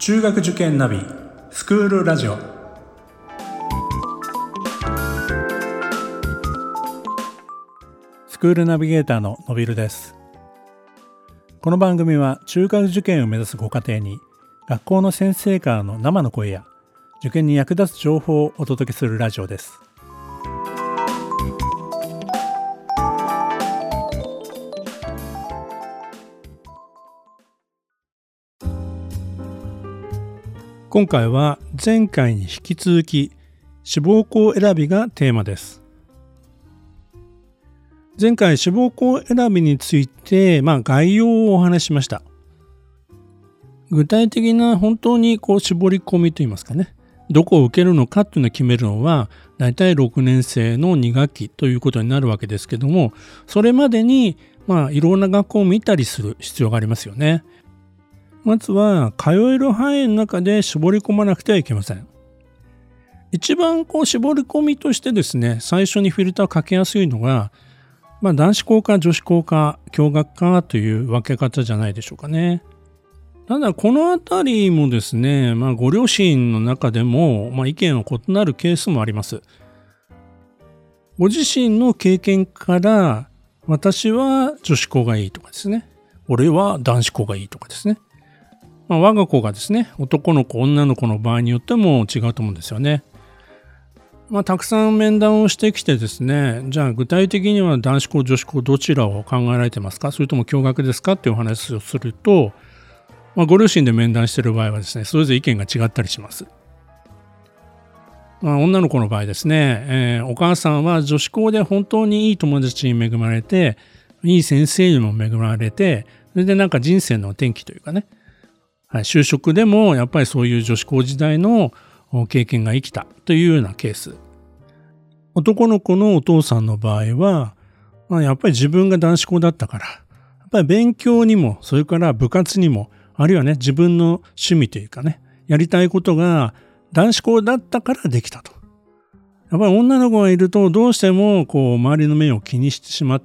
中学受験ナビスクールラジオ。スクールナビゲーターののびるです。この番組は中学受験を目指すご家庭に学校の先生からの生の声や受験に役立つ情報をお届けするラジオです。今回は前回に引き続き志望校選びがテーマです。前回志望校選びについて概要をお話ししました。具体的な本当に絞り込みといいますかね、どこを受けるのかというのを決めるのはだいたい6年生の2学期ということになるわけですけども、それまでにいろんな学校を見たりする必要がありますよね。まずは通える範囲の中で絞り込まなくてはいけません。一番絞り込みとしてですね、最初にフィルターをかけやすいのが、男子校か女子校か共学かという分け方じゃないでしょうかね。ただこのあたりもですね、ご両親の中でも意見は異なるケースもあります。ご自身の経験から私は女子校がいいとかですね、俺は男子校がいいとかですね、我が子がですね、男の子女の子の場合によっても違うと思うんですよね。たくさん面談をしてきてですね、じゃあ具体的には男子校女子校どちらを考えられてますか、それとも共学ですかっていうお話をすると、ご両親で面談している場合はですね、それぞれ意見が違ったりします。女の子の場合ですね、お母さんは女子校で本当にいい友達に恵まれて、いい先生にも恵まれて、それで人生の転機というかね、就職でもやっぱりそういう女子校時代の経験が生きたというようなケース。男の子のお父さんの場合は、やっぱり自分が男子校だったから、やっぱり勉強にも、それから部活にも、あるいはね、自分の趣味というかね、やりたいことが男子校だったからできたと。やっぱり女の子がいるとどうしても周りの目を気にしてしまって、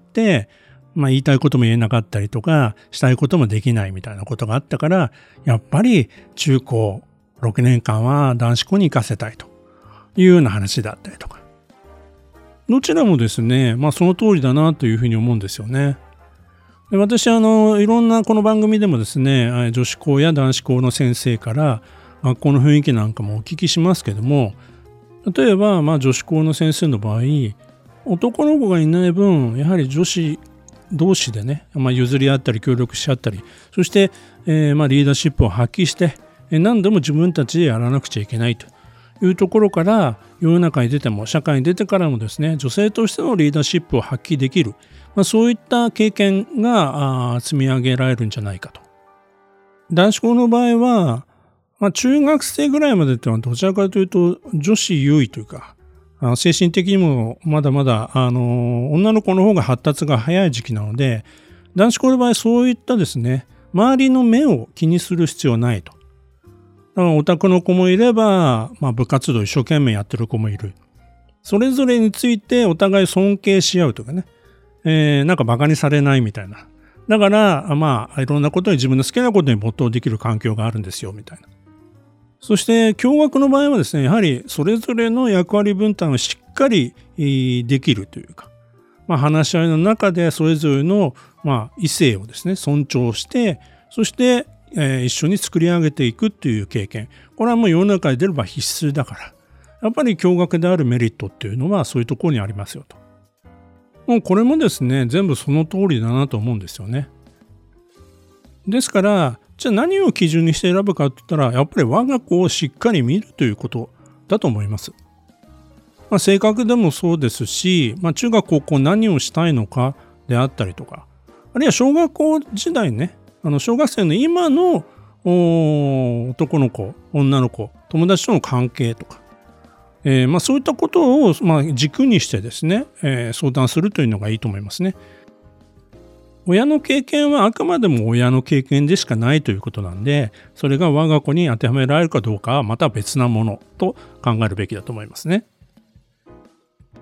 言いたいことも言えなかったりとか、したいこともできないみたいなことがあったから、やっぱり中高6年間は男子校に行かせたいというような話だったりとか。どちらもですね、その通りだなというふうに思うんですよね。で、私いろんなこの番組でもですね、女子校や男子校の先生から学校の雰囲気なんかもお聞きしますけども、例えば女子校の先生の場合、男の子がいない分、やはり女子同士でね、譲り合ったり協力し合ったり、そして、リーダーシップを発揮して、何でも自分たちでやらなくちゃいけないというところから、世の中に出ても社会に出てからもですね、女性としてのリーダーシップを発揮できる、そういった経験が積み上げられるんじゃないかと。男子校の場合は、中学生ぐらいまでってのはどちらかというと女子優位というか、精神的にもまだまだ女の子の方が発達が早い時期なので、男子校の場合そういったですね、周りの目を気にする必要はないと。だからオタクの子もいれば、部活動一生懸命やってる子もいる。それぞれについてお互い尊敬し合うとかね、バカにされないみたいな。だからいろんなことに自分の好きなことに没頭できる環境があるんですよみたいな。そして共学の場合はですね、やはりそれぞれの役割分担をしっかりできるというか、話し合いの中でそれぞれの異性をですね尊重して、そして一緒に作り上げていくという経験、これはもう世の中に出れば必須だから、やっぱり共学であるメリットっていうのはそういうところにありますよと。もうこれもですね、全部その通りだなと思うんですよね。ですからじゃあ何を基準にして選ぶかって言ったら、やっぱり我が子をしっかり見るということだと思います。性格でもそうですし、中学高校何をしたいのかであったりとか、あるいは小学校時代ね、小学生の今の男の子女の子友達との関係とか、そういったことを軸にしてですね、相談するというのがいいと思いますね。親の経験はあくまでも親の経験でしかないということなんで、それが我が子に当てはめられるかどうかはまた別なものと考えるべきだと思いますね。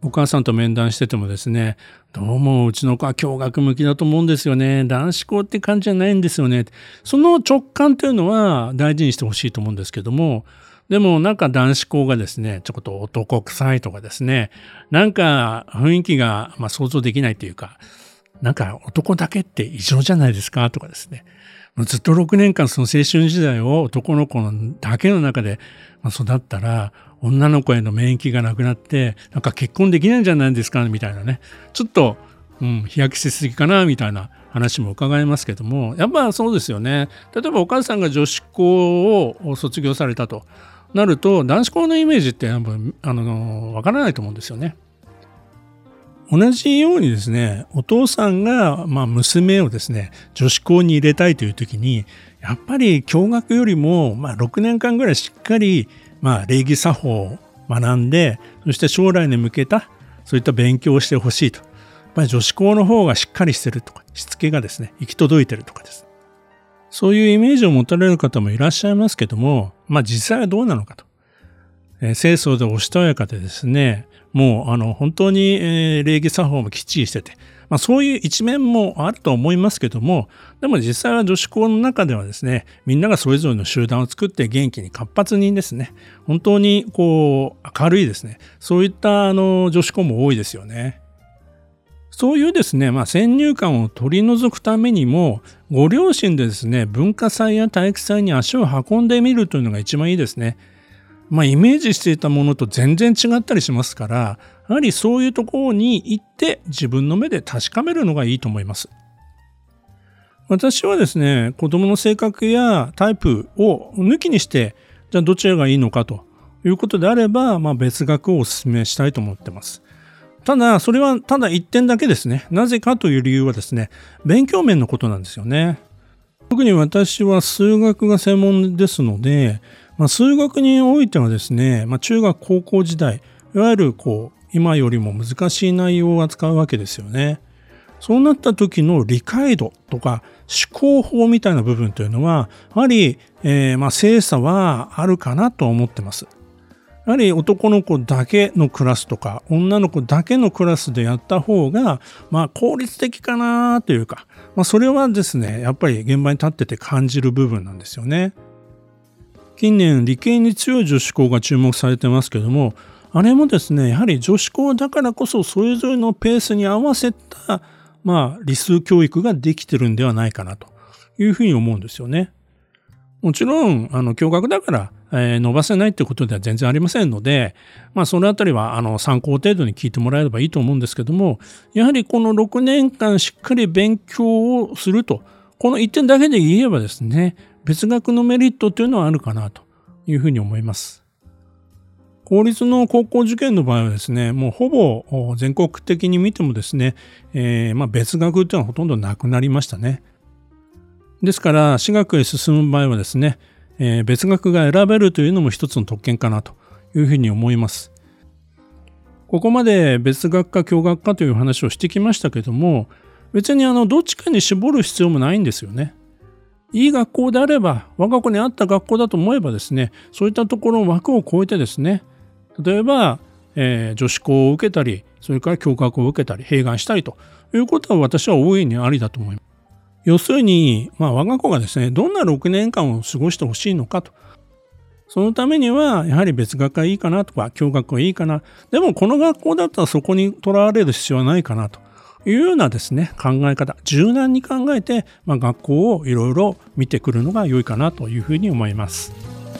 お母さんと面談しててもですね、どうもうちの子は共学向きだと思うんですよね。男子校って感じじゃないんですよね。その直感というのは大事にしてほしいと思うんですけども、でもなんか男子校がですね、ちょっと男臭いとかですね、なんか雰囲気が想像できないというか、なんか男だけって異常じゃないですかとかですね。ずっと6年間その青春時代を男の子だけの中で育ったら、女の子への免疫がなくなって、なんか結婚できないんじゃないですかみたいなね。ちょっと、日焼けしすぎかなみたいな話も伺いますけども、やっぱそうですよね。例えばお母さんが女子校を卒業されたとなると、男子校のイメージってわからないと思うんですよね。同じようにですね、お父さんが娘をですね、女子校に入れたいという時に、やっぱり共学よりも6年間ぐらいしっかり礼儀作法を学んで、そして将来に向けたそういった勉強をしてほしいと。やっぱり女子校の方がしっかりしてるとか、しつけがですね、行き届いてるとかです。そういうイメージを持たれる方もいらっしゃいますけども、実際はどうなのかと。清楚でおしとやかでですね、もう本当に礼儀作法もきっちりしてて、そういう一面もあると思いますけども、でも実際は女子校の中ではですね、みんながそれぞれの集団を作って元気に活発にですね、本当に明るいですね、そういった女子校も多いですよね。そういうですね、先入観を取り除くためにも、ご両親でですね、文化祭や体育祭に足を運んでみるというのが一番いいですね。イメージしていたものと全然違ったりしますから、やはりそういうところに行って自分の目で確かめるのがいいと思います。私はですね、子供の性格やタイプを抜きにして、じゃあどちらがいいのかということであれば、別学をお勧めしたいと思ってます。ただ、それはただ一点だけですね。なぜかという理由はですね、勉強面のことなんですよね。特に私は数学が専門ですので、数学においてはですね、中学高校時代、いわゆる今よりも難しい内容を扱うわけですよね。そうなった時の理解度とか思考法みたいな部分というのは、やはり、精査はあるかなと思ってます。やはり男の子だけのクラスとか女の子だけのクラスでやった方が効率的かなというか、それはですね、やっぱり現場に立ってて感じる部分なんですよね。近年理系に強い女子校が注目されてますけども、あれもですね、やはり女子校だからこそそれぞれのペースに合わせた理数教育ができてるんではないかなというふうに思うんですよね。もちろん共学だから伸ばせないってことでは全然ありませんので、そのあたりは参考程度に聞いてもらえればいいと思うんですけども、やはりこの6年間しっかり勉強をすると、この一点だけで言えばですね、別学のメリットというのはあるかなというふうに思います。公立の高校受験の場合はですね、もうほぼ全国的に見てもですね、別学というのはほとんどなくなりましたね。ですから私学へ進む場合はですね、別学が選べるというのも一つの特権かなというふうに思います。ここまで別学か共学かという話をしてきましたけども、別にどっちかに絞る必要もないんですよね。いい学校であれば、我が子に合った学校だと思えばですね、そういったところの枠を超えてですね、例えば、女子校を受けたり、それから共学を受けたり、併願したりということは私は大いにありだと思います。要するに、我が子がですね、どんな6年間を過ごしてほしいのかと。そのためには、やはり別学がいいかなとか、共学がいいかな。でも、この学校だったらそこにとらわれる必要はないかなというようなですね、考え方、柔軟に考えて、学校をいろいろ見てくるのが良いかなというふうに思います。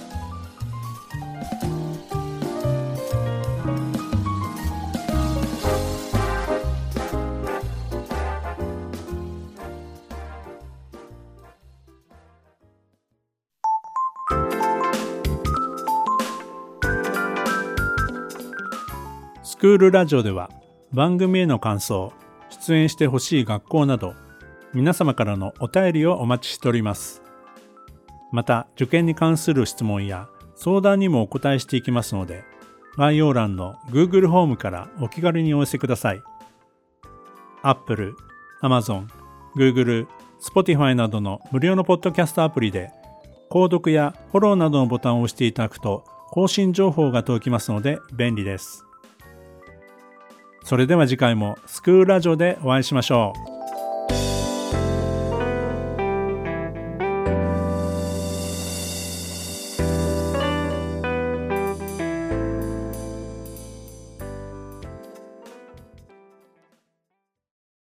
スクールラジオでは番組への感想、出演してほしい学校など皆様からのお便りをお待ちしております。また受験に関する質問や相談にもお答えしていきますので、概要欄の Google ホームからお気軽にお寄せください。Apple、Amazon、Google、Spotify などの無料のポッドキャストアプリで購読やフォローなどのボタンを押していただくと更新情報が届きますので便利です。 それでは次回もスクールラジオでお会いしましょう。